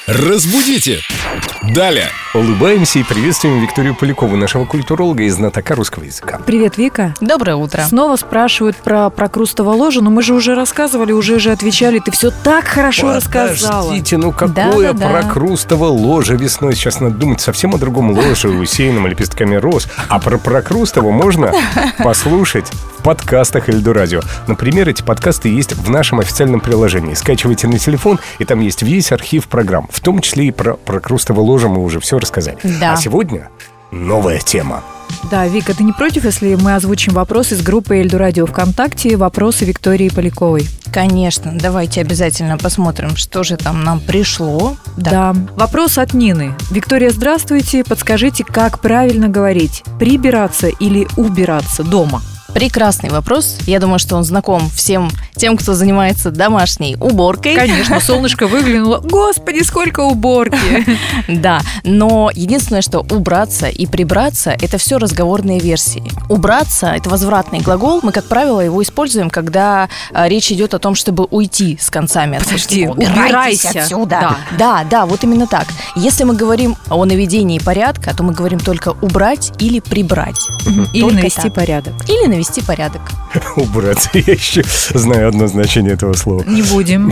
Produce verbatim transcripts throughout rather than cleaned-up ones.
Разбудите! Далее! Улыбаемся и приветствуем Викторию Полякову, нашего культуролога и знатока русского языка. Привет, Вика. Доброе утро. Снова спрашивают про прокрустово ложе, но мы же уже рассказывали, уже же отвечали. Ты все так хорошо рассказала. Подождите, ну какое Да-да-да. прокрустово ложе весной? Сейчас надо думать совсем о другом ложе, усеянном лепестками роз. А про прокрустово можно послушать в подкастах Эльдо Радио. Например, эти подкасты есть в нашем официальном приложении. Скачивайте на телефон, и там есть весь архив программ. В том числе и про прокрустово ложе мы уже все рассказали. Да. А сегодня новая тема. Да, Вика, ты не против, если мы озвучим вопросы из группы Эльдо Радио ВКонтакте, вопросы Виктории Поляковой? Конечно, давайте обязательно посмотрим, что же там нам пришло. Да. Вопрос от Нины. Виктория, здравствуйте. Подскажите, как правильно говорить? Прибираться или убираться дома? Прекрасный вопрос. Я думаю, что он знаком всем тем, кто занимается домашней уборкой. Конечно, солнышко выглянуло. Господи, сколько уборки! Да, но единственное, что убраться и прибраться – это все разговорные версии. Убраться – это возвратный глагол. Мы, как правило, его используем, когда а, речь идет о том, чтобы уйти с концами. Подожди, убирайтесь убирайся. отсюда. Да. да, да, вот именно так. Если мы говорим о наведении порядка, то мы говорим только убрать или прибрать. Или Только навести так. порядок. Или навести порядок. Убраться. Я еще знаю одно значение этого слова. Не будем.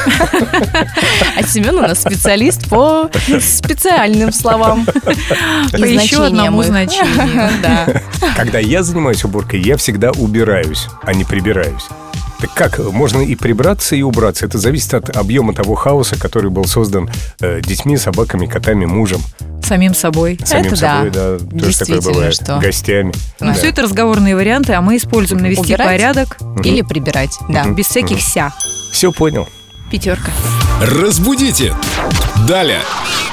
А Семен у нас специалист по специальным словам. По еще одному значению. Да. Когда я занимаюсь уборкой, я всегда убираюсь, а не прибираюсь. Так как? Можно и прибраться, и убраться. Это зависит от объема того хаоса, который был создан э, детьми, собаками, котами, мужем. Самим собой. Самим Это собой, да. да. Тоже такое Действительно, бывает. что- Гостями. Ну, Да. все это разговорные варианты, а мы используем навести Убирать? порядок Или прибирать. Да. без всяких ся. Все понял. Пятерка. Разбудите! Далее!